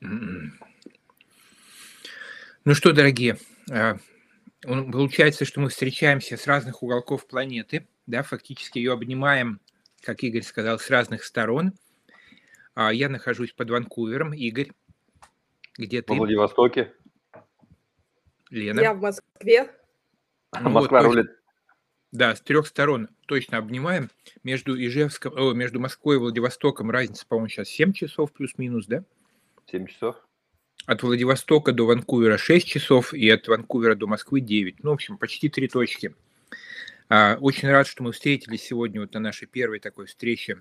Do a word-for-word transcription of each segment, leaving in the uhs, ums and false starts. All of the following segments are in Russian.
Ну что, дорогие, а, м, получается, что мы встречаемся с разных уголков планеты, да, фактически ее обнимаем, как Игорь сказал, с разных сторон. А, я нахожусь под Ванкувером. Игорь, где Во ты? Владивостоке. Лена? Я в Москве. Ну вот Москва точно. рулит. Да, с трех сторон точно обнимаем. Между Ижевском о, между Москвой и Владивостоком разница, по-моему, сейчас семь часов плюс-минус, да? семь часов. От Владивостока до Ванкувера шесть часов и от Ванкувера до Москвы девять. Ну, в общем, почти три точки. А, очень рад, что мы встретились сегодня вот на нашей первой такой встрече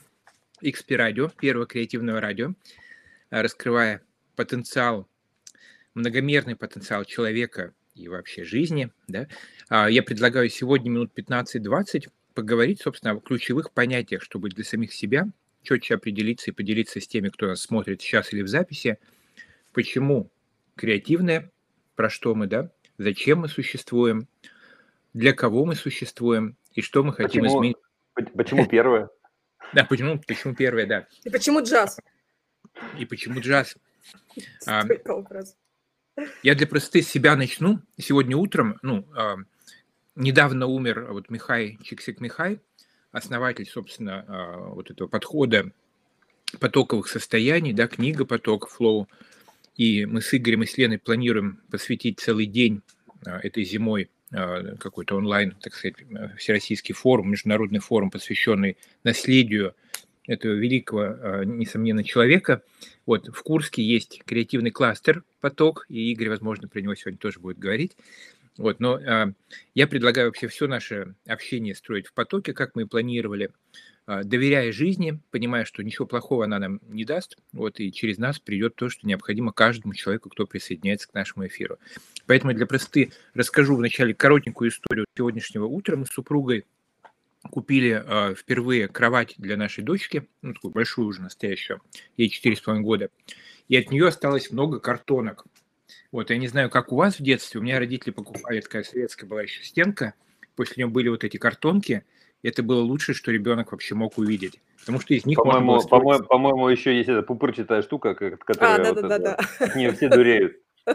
икс пи радио, первого креативного радио, а, раскрывая потенциал, многомерный потенциал человека и вообще жизни, да. А, я предлагаю сегодня минут пятнадцать-двадцать поговорить, собственно, о ключевых понятиях, чтобы для самих себя четче определиться и поделиться с теми, кто нас смотрит сейчас или в записи, почему креативное, про что мы, да, зачем мы существуем, для кого мы существуем и что мы хотим Почему, изменить. п- почему первое? Да, почему, почему первое, да. И почему джаз? И почему джаз? А, Столько вопросов. Я для простоты с себя начну. Сегодня утром, ну, а, недавно умер вот Михай Чиксик-Михай, основатель, собственно, а, вот этого подхода потоковых состояний, да, книга «Поток», «Флоу». И мы с Игорем и с Леной планируем посвятить целый день а, этой зимой а, какой-то онлайн, так сказать, а, всероссийский форум, международный форум, посвященный наследию этого великого, а, несомненно, человека. Вот в Курске есть креативный кластер «Поток», и Игорь, возможно, про него сегодня тоже будет говорить. Вот, но а, я предлагаю вообще все наше общение строить в потоке, как мы и планировали, а, доверяя жизни, понимая, что ничего плохого она нам не даст, вот, и через нас придет то, что необходимо каждому человеку, кто присоединяется к нашему эфиру. Поэтому для простоты расскажу вначале коротенькую историю сегодняшнего утра. Мы с супругой купили а, впервые кровать для нашей дочки, ну, такую большую уже настоящую, ей четыре с половиной года, и от нее осталось много картонок. Вот, я не знаю, как у вас в детстве, у меня родители покупали, такая советская была еще стенка, после нее были вот эти картонки, и это было лучшее, что ребенок вообще мог увидеть, потому что из них можно было По-моему, строить... по-моему, по-моему, еще есть эта пупырчатая штука, как- А, которая вот да-да-да-да. это, от нее все дуреют.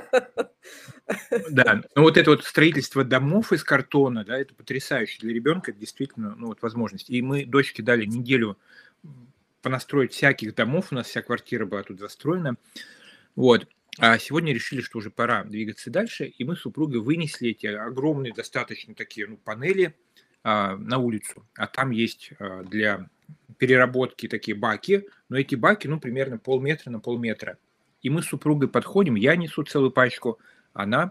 Да, ну вот это вот строительство домов из картона, да, это потрясающе для ребенка, это действительно, ну вот возможность. И мы дочке дали неделю понастроить всяких домов, у нас вся квартира была тут застроена, вот. А сегодня решили, что уже пора двигаться дальше, и мы с супругой вынесли эти огромные достаточно такие, ну, панели а, на улицу, а там есть а, для переработки такие баки, но эти баки, ну, примерно полметра на полметра. И мы с супругой подходим, я несу целую пачку, она,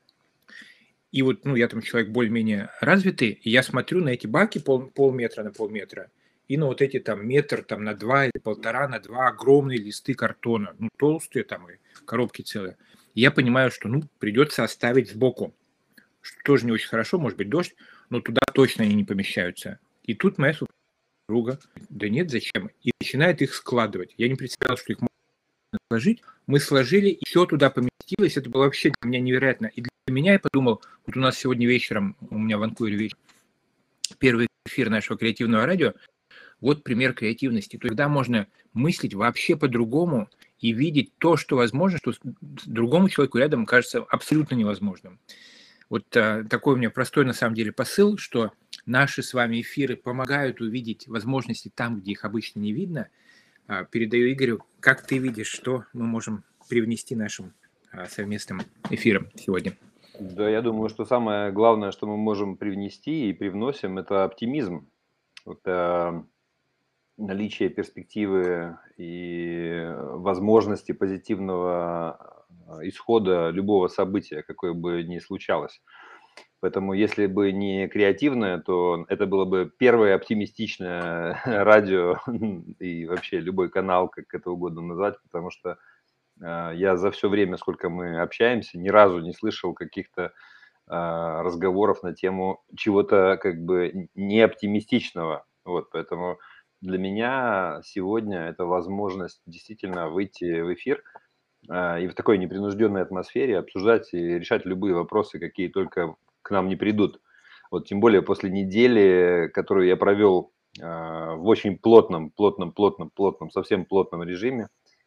и вот, ну, я там человек более-менее развитый, и я смотрю на эти баки пол, полметра на полметра, и на вот эти там метр там на два или полтора на два огромные листы картона, ну, толстые там и коробки целые. И я понимаю, что, ну, придется оставить сбоку, что тоже не очень хорошо, может быть, дождь, но туда точно они не помещаются. И тут моя супруга, да нет, зачем? И начинает их складывать. Я не представлял, что их можно сложить. Мы сложили, и все туда поместилось. Это было вообще для меня невероятно. И для меня я подумал, вот у нас сегодня вечером, у меня в Ванкувере вечер, первый эфир нашего креативного радио, вот пример креативности. Тогда можно мыслить вообще по-другому и видеть то, что возможно, что другому человеку рядом кажется абсолютно невозможным. Вот а, такой у меня простой на самом деле посыл, что наши с вами эфиры помогают увидеть возможности там, где их обычно не видно. А, передаю Игорю, как ты видишь, что мы можем привнести нашим а, совместным эфиром сегодня? Да, я думаю, что самое главное, что мы можем привнести и привносим, это оптимизм. Это наличие перспективы и возможности позитивного исхода любого события, какое бы ни случалось. Поэтому если бы не креативное, то это было бы первое оптимистичное радио и вообще любой канал, как это угодно назвать, потому что э, я за все время, сколько мы общаемся, ни разу не слышал каких-то э, разговоров на тему чего-то как бы не оптимистичного. Вот, поэтому для меня сегодня это возможность действительно выйти в эфир э, и в такой непринужденной атмосфере обсуждать и решать любые вопросы, какие только к нам не придут. Вот тем более после недели, которую я провел э, в очень плотном, плотном, плотном, плотном, совсем плотном режиме,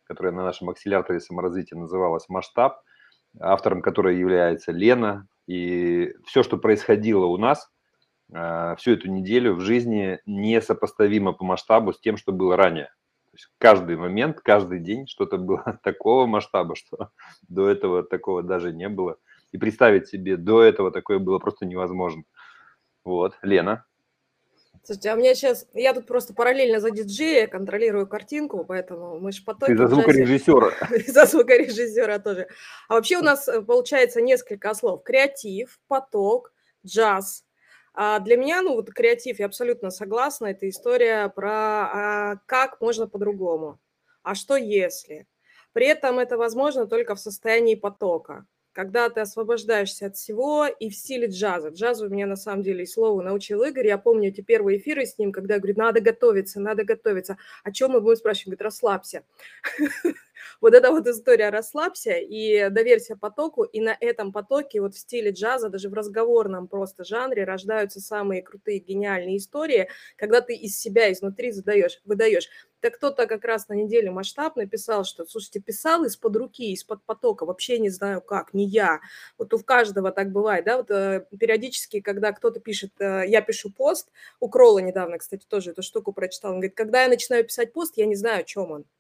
которая на нашем акселераторе саморазвития называлась «Масштаб», автором которой является Лена. И все, что происходило у нас э, всю эту неделю в жизни, несопоставимо по масштабу с тем, что было ранее. То есть каждый момент, каждый день что-то было такого масштаба, что до этого такого даже не было. И представить себе до этого такое было просто невозможно. Вот, Лена. Слушайте, а у меня сейчас... Я тут просто параллельно за диджея контролирую картинку, поэтому мы ж потоки Ты за в джазе. звукорежиссера. За звукорежиссера тоже. А вообще у нас э, получается несколько слов. Креатив, поток, джаз. А для меня, ну вот креатив, я абсолютно согласна, это история про а, как можно по-другому. А что если? При этом это возможно только в состоянии потока. Когда ты освобождаешься от всего и в стиле джаза. Джазу меня на самом деле и слову научил Игорь. Я помню эти первые эфиры с ним, когда я говорю, надо готовиться, надо готовиться. О чем мы будем спрашивать? Он говорит, расслабься. Вот эта вот история «расслабься» и доверься потоку, и на этом потоке вот в стиле джаза, даже в разговорном просто жанре рождаются самые крутые, гениальные истории, когда ты из себя изнутри задаешь, выдаешь. Так кто-то как раз на неделе «Масштаб» написал, что, слушайте, писал из-под руки, из-под потока, вообще не знаю как, не я. Вот у каждого так бывает, да, вот э, периодически, когда кто-то пишет, э, я пишу пост, у Кролла недавно, кстати, тоже эту штуку прочитал, он говорит, когда я начинаю писать пост, я не знаю, о чем он.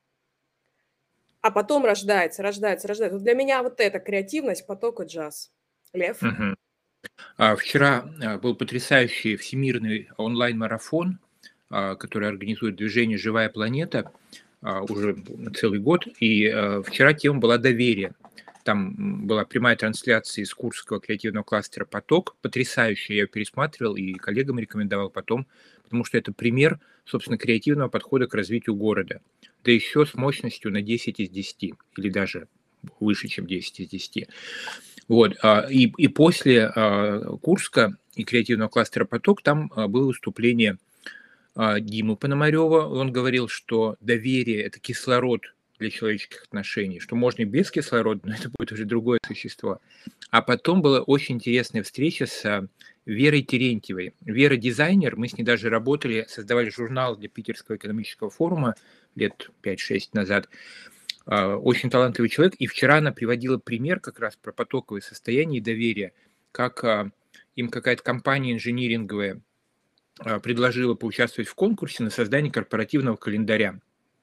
А потом рождается, рождается, рождается. Вот для меня вот эта креативность, поток и джаз. Лев? Мгм. А, Вчера а, был потрясающий всемирный онлайн-марафон, а, который организует движение «Живая планета» а, уже целый год. И а, вчера тема была «Доверие». Там м, была прямая трансляция из Курского креативного кластера «Поток». Потрясающая, я ее пересматривал и коллегам рекомендовал потом, потому что это пример, собственно, креативного подхода к развитию города. Да еще с мощностью на десять из десяти, или даже выше, чем десять из десяти. Вот, а, и, и после а, Курска и креативного кластера «Поток» там а, было выступление а, Димы Пономарева. Он говорил, что доверие – это кислород для человеческих отношений, что можно и без кислорода, но это будет уже другое существо. А потом была очень интересная встреча с а, Верой Терентьевой. Вера дизайнер, мы с ней даже работали, создавали журнал для Питерского экономического форума лет пять-шесть назад. А, Очень талантливый человек. И вчера она приводила пример как раз про потоковое состояние и доверие, как а, им какая-то компания инжиниринговая а, предложила поучаствовать в конкурсе на создание корпоративного календаря.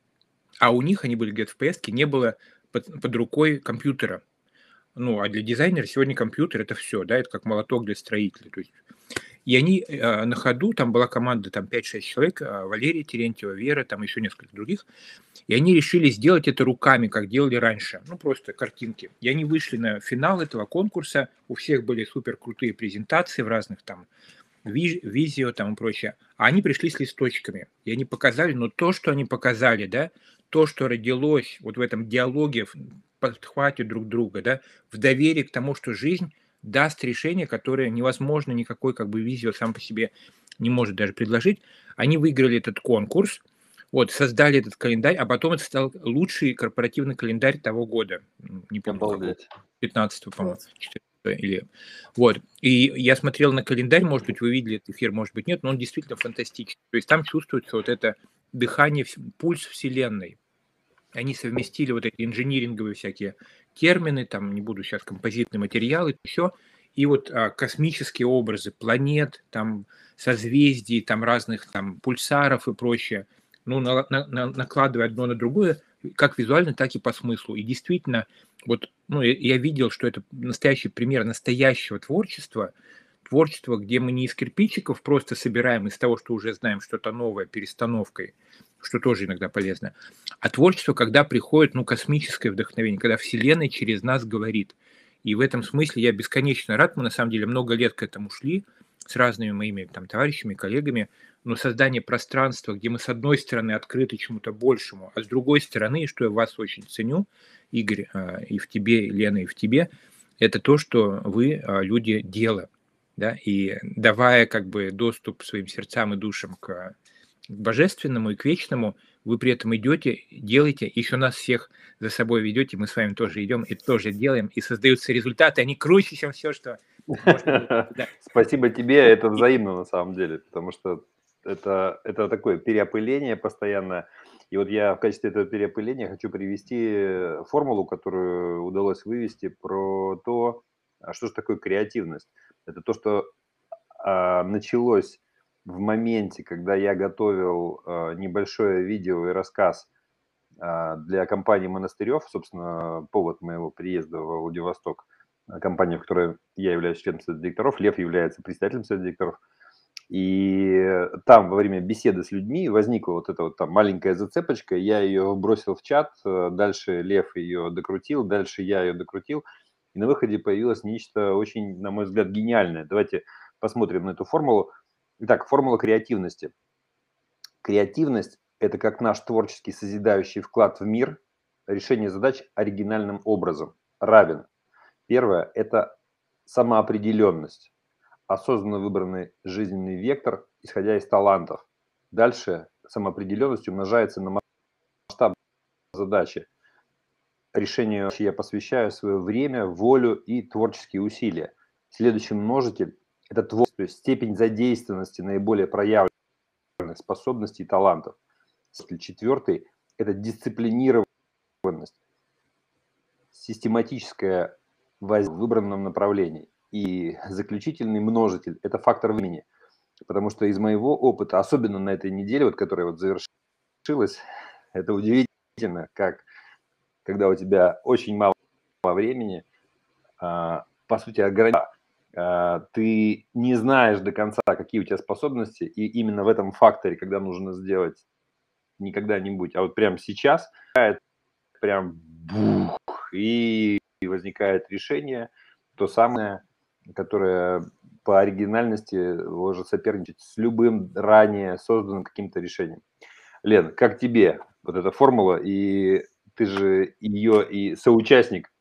А у них, они были где-то в поездке, не было под, под рукой компьютера. Ну, а для дизайнера сегодня компьютер – это все, да, это как молоток для строителя. То есть, и они э, на ходу, там была команда, там пять-шесть человек, э, Валерия Терентьева, Вера, там еще несколько других, и они решили сделать это руками, как делали раньше, ну, просто картинки. И они вышли на финал этого конкурса, у всех были супер крутые презентации в разных там ви- видео там и прочее, а они пришли с листочками, и они показали, но то, что они показали, да, то, что родилось вот в этом диалоге, в подхвате друг друга, да, в доверии к тому, что жизнь даст решение, которое невозможно, никакой как бы видео сам по себе не может даже предложить. Они выиграли этот конкурс, вот, создали этот календарь, а потом это стал лучший корпоративный календарь того года. М, Не помню, какого, Обалдеть. пятнадцатого, по-моему, Вот. четырнадцатого или... Вот, и я смотрел на календарь, может быть, вы видели этот эфир, может быть, нет, но он действительно фантастический. То есть там чувствуется вот это дыхание, вс- пульс Вселенной. Они совместили вот эти инжиниринговые всякие термины, там, не буду сейчас, композитные материалы, еще, и вот а, космические образы планет, там, созвездий, там, разных там пульсаров и прочее, ну, на- на- на- накладывая одно на другое, как визуально, так и по смыслу. И действительно, вот, ну, я, я видел, что это настоящий пример настоящего творчества, творчество, где мы не из кирпичиков просто собираем из того, что уже знаем, что-то новое, перестановкой, что тоже иногда полезно, а творчество, когда приходит, ну, космическое вдохновение, когда Вселенная через нас говорит. И в этом смысле я бесконечно рад, мы на самом деле много лет к этому шли с разными моими там товарищами, коллегами, но создание пространства, где мы с одной стороны открыты чему-то большему, а с другой стороны, что я вас очень ценю, Игорь, а, и в тебе, и Лена, и в тебе, это то, что вы а, люди дела, да, и давая как бы доступ своим сердцам и душам к к божественному и к вечному, вы при этом идете, делаете, еще нас всех за собой ведете, мы с вами тоже идем и тоже делаем, и создаются результаты, они круче, чем все, что можно было. Да. Спасибо тебе, это взаимно на самом деле, потому что это, это такое переопыление постоянное. И вот я в качестве этого переопыления хочу привести формулу, которую удалось вывести про то, что же такое креативность. Это то, что а, началось в моменте, когда я готовил а, небольшое видео и рассказ а, для компании «Монастырев», собственно, повод моего приезда в Владивосток, компания, в которой я являюсь членом совета директоров, Лев является председателем совета директоров. И там во время беседы с людьми возникла вот эта вот там маленькая зацепочка, я ее бросил в чат, дальше Лев ее докрутил, дальше я ее докрутил, и на выходе появилось нечто очень, на мой взгляд, гениальное. Давайте посмотрим на эту формулу. Итак, формула креативности. Креативность – это как наш творческий созидающий вклад в мир, решение задач оригинальным образом, равен. Первое – это самоопределенность, осознанно выбранный жизненный вектор, исходя из талантов. Дальше самоопределенность умножается на масштаб задачи. Решению я посвящаю свое время, волю и творческие усилия. Следующий множитель – это творчество, то есть степень задействованности наиболее проявленных способностей и талантов. Четвертый – это дисциплинированность, систематическая в выбранном направлении. И заключительный множитель – это фактор времени. Потому что из моего опыта, особенно на этой неделе, вот, которая вот завершилась, это удивительно, как когда у тебя очень мало времени, по сути, ограничено, ты не знаешь до конца, какие у тебя способности, и именно в этом факторе, когда нужно сделать не когда-нибудь, а вот прямо сейчас, прям бух, и возникает решение, то самое, которое по оригинальности может соперничать с любым ранее созданным каким-то решением. Лен, как тебе вот эта формула, и ты же ее и соучастник?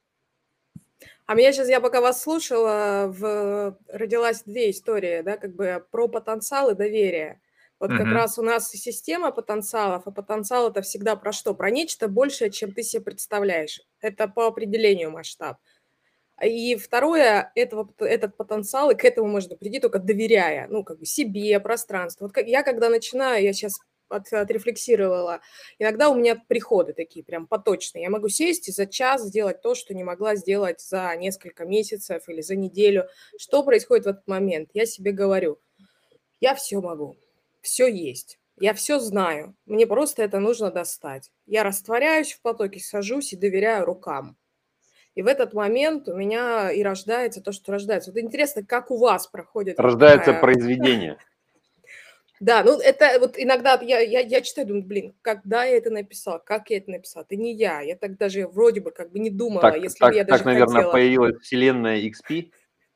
А меня сейчас, я пока вас слушала, в... родилась две истории, да, как бы про потенциал и доверие. Вот как Мгм. раз у нас система потенциалов, а потенциал это всегда про что? Про нечто большее, чем ты себе представляешь. Это по определению масштаб. И второе, этого, этот потенциал, и к этому можно прийти только доверяя, ну, как бы себе, пространству. Вот как я, когда начинаю, я сейчас от, отрефлексировала, иногда у меня приходы такие прям поточные. Я могу сесть и за час сделать то, что не могла сделать за несколько месяцев или за неделю. Что происходит в этот момент? Я себе говорю, я все могу, все есть. Я все знаю, мне просто это нужно достать. Я растворяюсь в потоке, сажусь и доверяю рукам. И в этот момент у меня и рождается то, что рождается. Вот интересно, как у вас проходит вот Рождается такая... произведение. Да, ну это вот иногда я, я, я читаю, думаю, блин, когда я это написала, как я это написала? Это не я. Я так даже вроде бы как бы не думала, Так, если бы так, я так, даже наверное, хотела. появилась вселенная икс пи.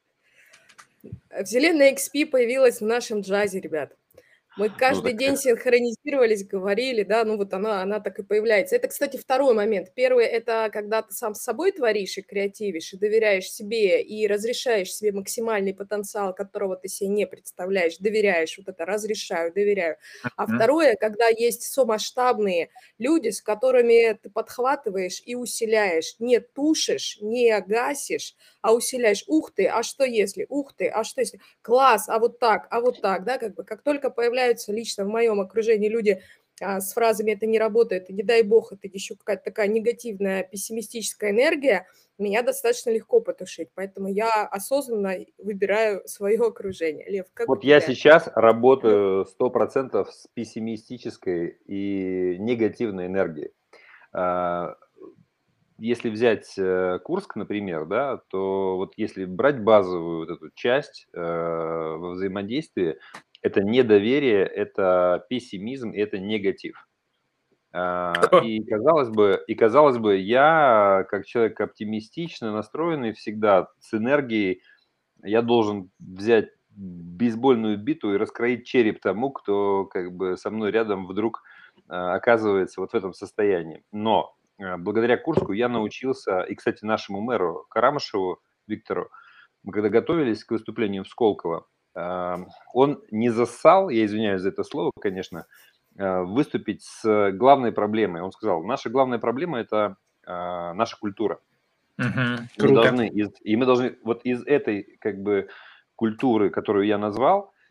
Вселенная икс пи появилась в нашем джазе, ребят. Мы каждый так день это- синхронизировались, говорили, да, ну вот она, она так и появляется. Это, кстати, второй момент. Первый – это когда ты сам с собой творишь и креативишь, и доверяешь себе, и разрешаешь себе максимальный потенциал, которого ты себе не представляешь, доверяешь, вот это разрешаю, доверяю. А Мгм. второе, когда есть somасштабные люди, с которыми ты подхватываешь и усиляешь, не тушишь, не гасишь, а усиляешь. Ух ты, а что если? Ух ты, а что если? Класс, а вот так, а вот так, да, как бы, как только появляются лично в моем окружении люди а, с фразами «это не работает», и не дай бог, это еще какая-то такая негативная, пессимистическая энергия, меня достаточно легко потушить, поэтому я осознанно выбираю свое окружение. Лев, как у Вот я тебя? сейчас работаю сто процентов с пессимистической и негативной энергией. А, Если взять э, Курск, например, да, то вот если брать базовую вот эту часть э, во взаимодействии, это недоверие, это пессимизм, и это негатив. А, И казалось бы, и казалось бы, я как человек оптимистично настроенный всегда с энергией, я должен взять бейсбольную биту и раскроить череп тому, кто как бы со мной рядом вдруг а, оказывается вот в этом состоянии. Но а, благодаря Курску я научился, и, кстати, нашему мэру Карамышеву Виктору, мы когда готовились к выступлению в Сколково, а, он не зассал, я извиняюсь за это слово, конечно, а, выступить с главной проблемой. Он сказал, наша главная проблема – это а, наша культура. Мгм. Мы Круто. должны из, и мы должны вот из этой как бы культуры, которую я назвал,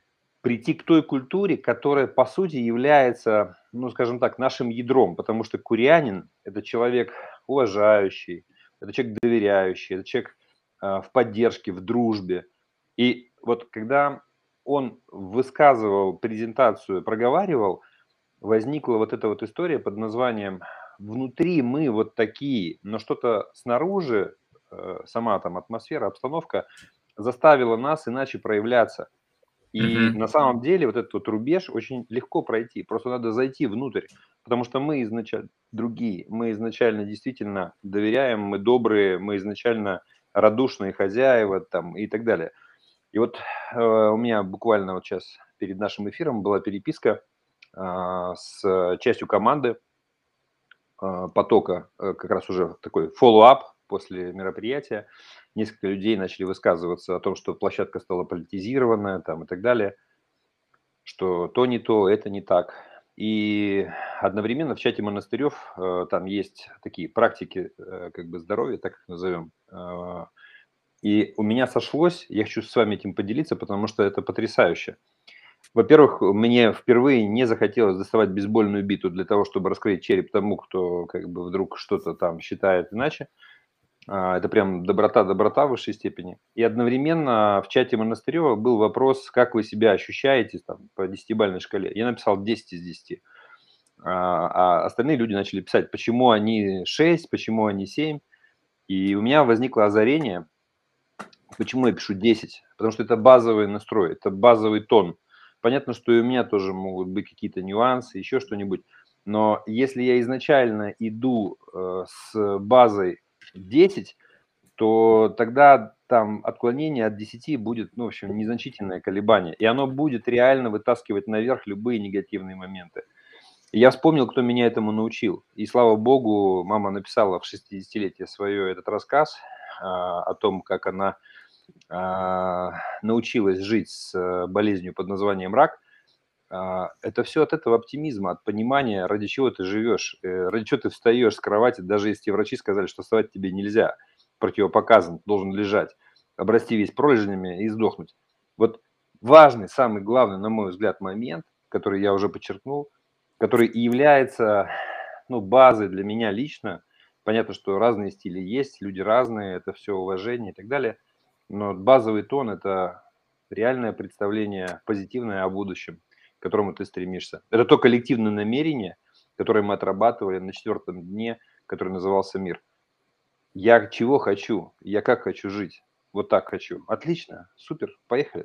прийти к той культуре, которая, по сути, является, ну, скажем так, нашим ядром, потому что курянин– это человек уважающий, это человек доверяющий, это человек э, в поддержке, в дружбе. И вот когда он высказывал презентацию, проговаривал, возникла вот эта вот история под названием «Внутри мы вот такие, но что-то снаружи, э, сама там атмосфера, обстановка заставила нас иначе проявляться». И Мгм. на самом деле вот этот вот рубеж очень легко пройти, просто надо зайти внутрь, потому что мы изначально другие, мы изначально действительно доверяем, мы добрые, мы изначально радушные хозяева там и так далее. И вот э, у меня буквально вот сейчас перед нашим эфиром была переписка а, с частью команды а, потока, э, как раз уже такой follow-up после мероприятия. Несколько людей начали высказываться о том, что площадка стала политизированная там, и так далее, что то не то, это не так. И одновременно в чате монастырев э, там есть такие практики э, как бы здоровья, так их назовем. Э, и у меня сошлось, я хочу с вами этим поделиться, потому что это потрясающе. Во-первых, мне впервые не захотелось доставать бейсбольную биту для того, чтобы раскрыть череп тому, кто как бы вдруг что-то там считает иначе. А, Это прям доброта-доброта в высшей степени. И одновременно в чате Монастырева был вопрос, как вы себя ощущаете там, по десятибалльной шкале. Я написал десять из десяти. А а остальные люди начали писать, почему они шесть, почему они семь. И у меня возникло озарение, почему я пишу десять. Потому что это базовый настрой, это базовый тон. Понятно, что и у меня тоже могут быть какие-то нюансы, еще что-нибудь. Но если я изначально иду э, с базой десять, то тогда там отклонение от десяти будет, ну, в общем, незначительное колебание. И оно будет реально вытаскивать наверх любые негативные моменты. И я вспомнил, кто меня этому научил. И слава богу, мама написала в шестидесятилетие свое этот рассказ а, о том, как она а, научилась жить с э, болезнью под названием рак. А, Это все от этого оптимизма, от понимания, ради чего ты живешь, э, ради чего ты встаешь с кровати, даже если тебе врачи сказали, что вставать тебе нельзя, противопоказан, должен лежать, обрасти весь пролежнями и сдохнуть. Вот важный, самый главный, на мой взгляд, момент, который я уже подчеркнул, который и является, ну, базой для меня лично. Понятно, что разные стили есть, люди разные, это все уважение и так далее. Но базовый тон– это реальное представление позитивное о будущем, к которому ты стремишься. Это то коллективное намерение, которое мы отрабатывали на четвертом дне, который назывался «Мир». Я чего хочу? Я как хочу жить? Вот так хочу. Отлично, супер, поехали.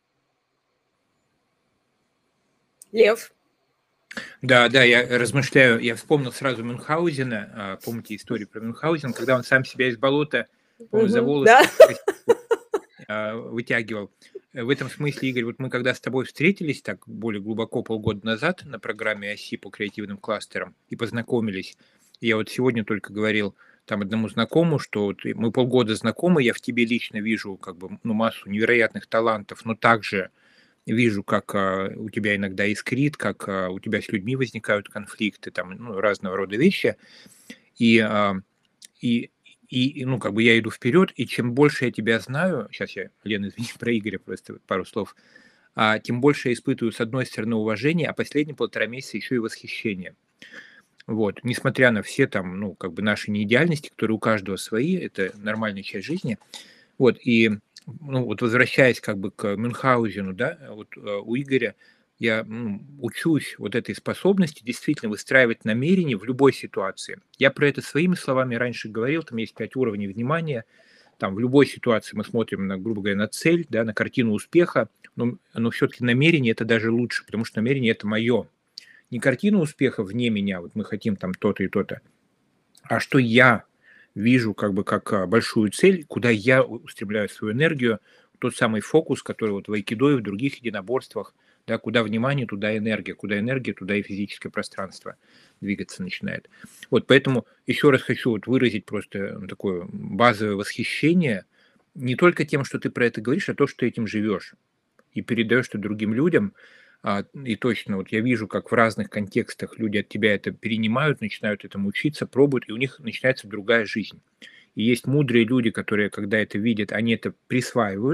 Лев. Да, да, я размышляю, я вспомнил сразу Мюнхгаузена, а, помните историю про Мюнхгаузена, когда он сам себя из болота, по-моему, за Мгм. волосы Да. а, вытягивал. В этом смысле, Игорь, вот мы когда с тобой встретились так более глубоко полгода назад на программе ОСИ по креативным кластерам и познакомились, я вот сегодня только говорил там одному знакомому, что вот мы полгода знакомы, я в тебе лично вижу как бы ну, массу невероятных талантов, но также вижу, как а, у тебя иногда искрит, как а, у тебя с людьми возникают конфликты, там ну, разного рода вещи, и, а, и и, ну, как бы я иду вперед, и чем больше я тебя знаю, сейчас я, Лена, извини, про Игоря просто пару слов, а, тем больше я испытываю, с одной стороны, уважение, а последние полтора месяца еще и восхищение. Вот, несмотря на все там, ну, как бы наши неидеальности, которые у каждого свои, это нормальная часть жизни. Вот, и, ну, вот возвращаясь как бы к Мюнхгаузену, да, вот э, у Игоря я ну, учусь вот этой способности действительно выстраивать намерения в любой ситуации. Я про это своими словами раньше говорил, там есть пять уровней внимания, там в любой ситуации мы смотрим, на, грубо говоря, на цель, да, на картину успеха, но, но все-таки намерение это даже лучше, потому что намерение это мое. Не картина успеха вне меня, вот мы хотим там то-то и то-то, а что я вижу как бы как а, большую цель, куда я устремляю свою энергию, тот самый фокус, который вот в айкидо и в других единоборствах, да, куда внимание, туда энергия, куда энергия, туда и физическое пространство двигаться начинает. Вот поэтому еще раз хочу вот выразить просто такое базовое восхищение не только тем, что ты про это говоришь, а то, что ты этим живешь и передаешь это другим людям. А, И точно, вот я вижу, как в разных контекстах люди от тебя это перенимают, начинают этому учиться, пробуют, и у них начинается другая жизнь. И есть мудрые люди, которые, когда это видят, они это присваивают,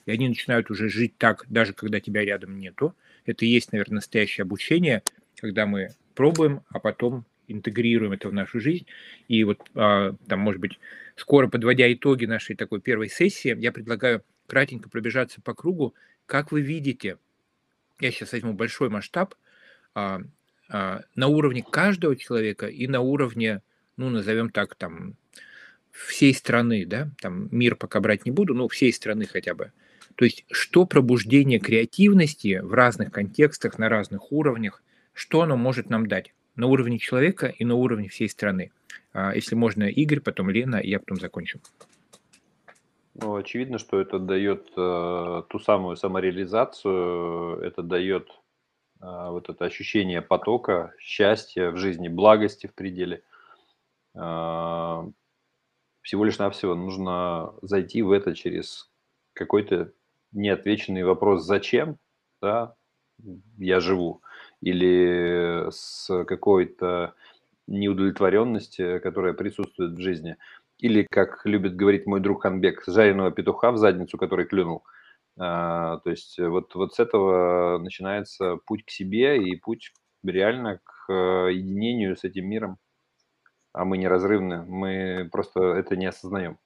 и они начинают уже жить так, даже когда тебя рядом нету. Это и есть, наверное, настоящее обучение, когда мы пробуем, а потом интегрируем это в нашу жизнь. И вот а, там, может быть, скоро подводя итоги нашей такой первой сессии, я предлагаю кратенько пробежаться по кругу. Как вы видите, я сейчас возьму большой масштаб, а, а, на уровне каждого человека и на уровне, ну, назовем так, там, всей страны, да, там мир пока брать не буду, но всей страны хотя бы. То есть что пробуждение креативности в разных контекстах, на разных уровнях, что оно может нам дать на уровне человека и на уровне всей страны. А, если можно, Игорь, потом Лена, и я потом закончу. Ну, очевидно, что это дает э, ту самую самореализацию, это дает э, вот это ощущение потока, счастья в жизни, благости в пределе. Э, всего лишь навсего нужно зайти в это через какой-то неотвеченный вопрос «Зачем?» да, я живу? Или с какой-то неудовлетворенности, которая присутствует в жизни. Или, как любит говорить мой друг Ханбек, жареного петуха в задницу, который клюнул. А, то есть вот, вот с этого начинается путь к себе и путь реально к э, единению с этим миром. А мы неразрывны, мы просто это не осознаем.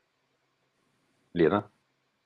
Лена?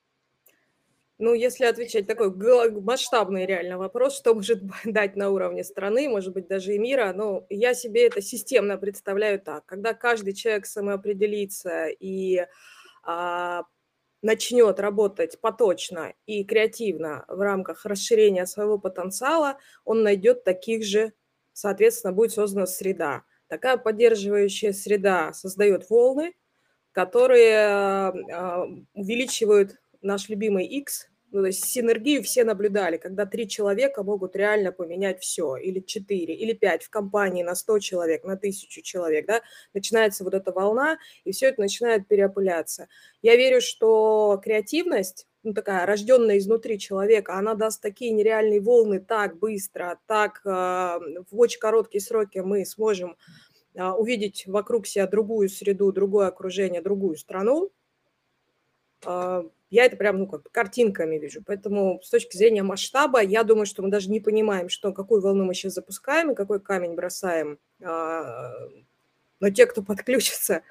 Ну, если отвечать такой гла- масштабный реально вопрос, что может б- дать на уровне страны, может быть, даже и мира, ну, я себе это системно представляю так. Когда каждый человек самоопределится и а, начнет работать поточно и креативно в рамках расширения своего потенциала, он найдет таких же, соответственно, будет создана среда. Такая поддерживающая среда создает волны, которые а, увеличивают наш любимый X. Ну, то есть синергию все наблюдали, когда три человека могут реально поменять все, или четыре, или пять в компании на сто человек, на тысячу человек, да, начинается вот эта волна, и все это начинает переопыляться. Я верю, что креативность, ну, такая рожденная изнутри человека, она даст такие нереальные волны так быстро, так э, в очень короткие сроки мы сможем а, увидеть вокруг себя другую среду, другое окружение, другую страну. А, Я это прям, ну, как бы картинками вижу. Поэтому с точки зрения масштаба, я думаю, что мы даже не понимаем, что, какую волну мы сейчас запускаем и какой камень бросаем. А, Но те, кто подключится,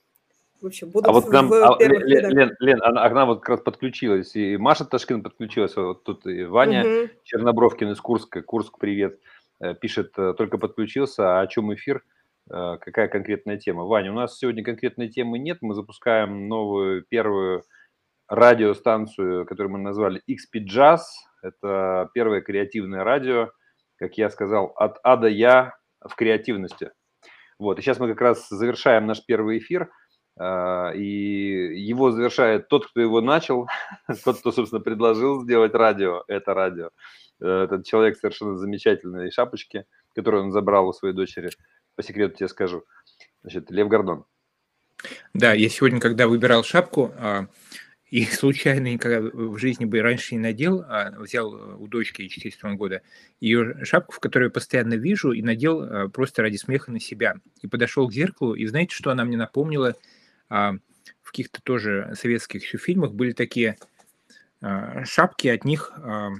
в общем, А будут вот к нам, в а, первых Ле- Ле- рядах. Лен, Лен, она, а к нам вот как раз подключилась, и Маша Ташкин подключилась, вот тут и Ваня Мгм. Чернобровкин из Курска, Курск, привет, э, пишет, э, только подключился, а о чем эфир, Э, какая конкретная тема? Ваня, у нас сегодня конкретной темы нет, мы запускаем новую, первую радиостанцию, которую мы назвали икс пи Jazz, это первое креативное радио, как я сказал, от А до Я в креативности. Вот, и сейчас мы как раз завершаем наш первый эфир, а, и его завершает тот, кто его начал, тот, кто, собственно, предложил сделать радио, это радио. Э, Этот человек совершенно замечательной шапочки, которую он забрал у своей дочери, по секрету тебе скажу. Значит, Лев Гордон. Да, я сегодня, когда выбирал шапку, а, и случайно никогда в жизни бы раньше не надел, а взял э, у дочки ей четыреста года ее шапку, в которой я постоянно вижу, и надел а, просто ради смеха на себя. И подошел к зеркалу, и знаете, что она мне напомнила? А, В каких-то тоже советских еще фильмах были такие а, шапки, от них, а,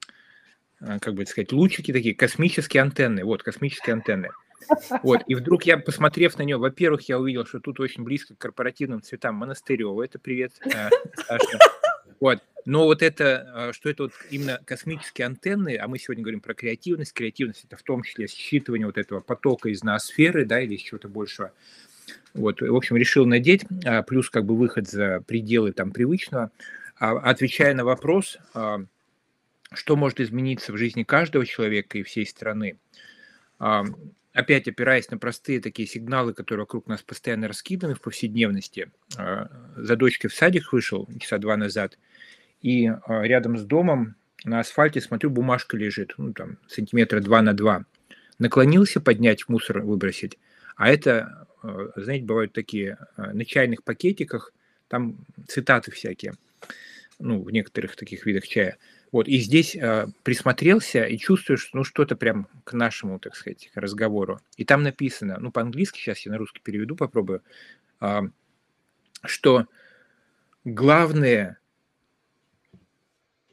а, как бы это сказать, лучики такие, космические антенны. Вот, космические антенны. Вот, и вдруг я, посмотрев на нее, во-первых, я увидел, что тут очень близко к корпоративным цветам Монастырева. Это привет, э, Саша. Вот. Но вот это, э, что это вот именно космические антенны, а мы сегодня говорим про креативность. Креативность – это в том числе считывание вот этого потока из ноосферы, да, или из чего-то большего. Вот, в общем, решил надеть, а, плюс как бы выход за пределы там привычного. А, Отвечая на вопрос, а, что может измениться в жизни каждого человека и всей страны, а, опять опираясь на простые такие сигналы, которые вокруг нас постоянно раскиданы в повседневности. А, За дочкой в садик вышел часа два назад, и а, рядом с домом на асфальте, смотрю, бумажка лежит, ну, там, сантиметра два на два. Наклонился поднять, в мусор выбросить, а это, а, знаете, бывают такие а, на чайных пакетиках, там цитаты всякие, ну, в некоторых таких видах чая. Вот, и здесь э, присмотрелся и чувствую, что ну, что-то прям к нашему, так сказать, разговору. И там написано, ну, по-английски, сейчас я на русский переведу, попробую, а, что главное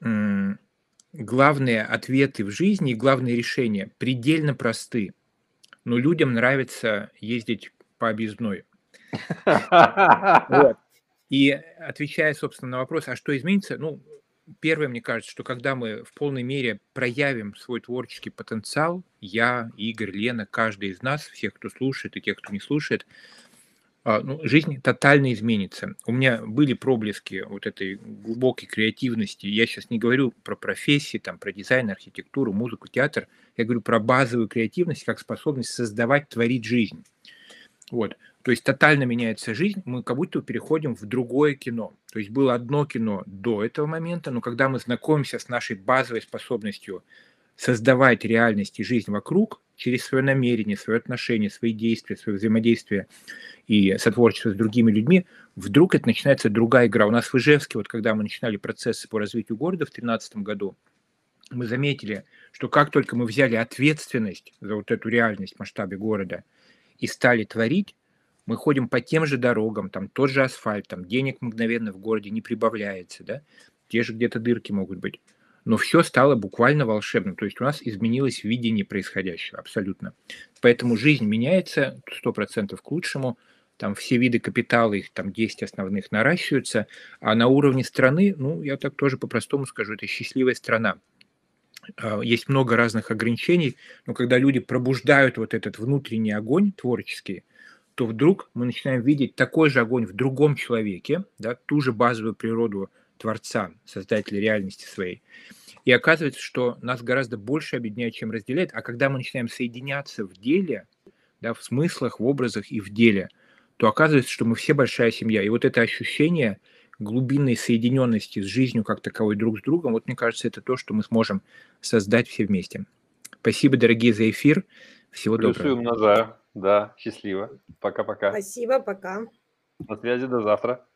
м, главные ответы в жизни и главные решения предельно просты, но людям нравится ездить по объездной. Вот. И отвечая, собственно, на вопрос, а что изменится? Ну, первое, мне кажется, что когда мы в полной мере проявим свой творческий потенциал, я, Игорь, Лена, каждый из нас, всех, кто слушает и тех, кто не слушает, а, ну, жизнь тотально изменится. У меня были проблески вот этой глубокой креативности. Я сейчас не говорю про профессии, там, про дизайн, архитектуру, музыку, театр. Я говорю про базовую креативность как способность создавать, творить жизнь. Вот. То есть тотально меняется жизнь, мы как будто переходим в другое кино. То есть было одно кино до этого момента, но когда мы знакомимся с нашей базовой способностью создавать реальность и жизнь вокруг через свое намерение, свое отношение, свои действия, свое взаимодействие и сотворчество с другими людьми, вдруг это начинается другая игра. У нас в Ижевске, вот когда мы начинали процессы по развитию города в две тысячи тринадцатом году, мы заметили, что как только мы взяли ответственность за вот эту реальность в масштабе города и стали творить, мы ходим по тем же дорогам, там тот же асфальт, там денег мгновенно в городе не прибавляется, да, те же где-то дырки могут быть. Но все стало буквально волшебным. То есть у нас изменилось видение происходящего абсолютно. Поэтому жизнь меняется сто процентов к лучшему. Там все виды капитала, их там десять основных наращиваются. А на уровне страны, ну, я так тоже по-простому скажу, это счастливая страна. Есть много разных ограничений, но когда люди пробуждают вот этот внутренний огонь творческий, то вдруг мы начинаем видеть такой же огонь в другом человеке, да, ту же базовую природу Творца, Создателя реальности своей. И оказывается, что нас гораздо больше объединяет, чем разделяет. А когда мы начинаем соединяться в деле, да, в смыслах, в образах и в деле, то оказывается, что мы все большая семья. И вот это ощущение глубинной соединенности с жизнью как таковой друг с другом, вот мне кажется, это то, что мы сможем создать все вместе. Спасибо, дорогие, за эфир. Всего Плюсы доброго. умножаю. Да, счастливо. Пока-пока. Спасибо, пока. На связи, до завтра.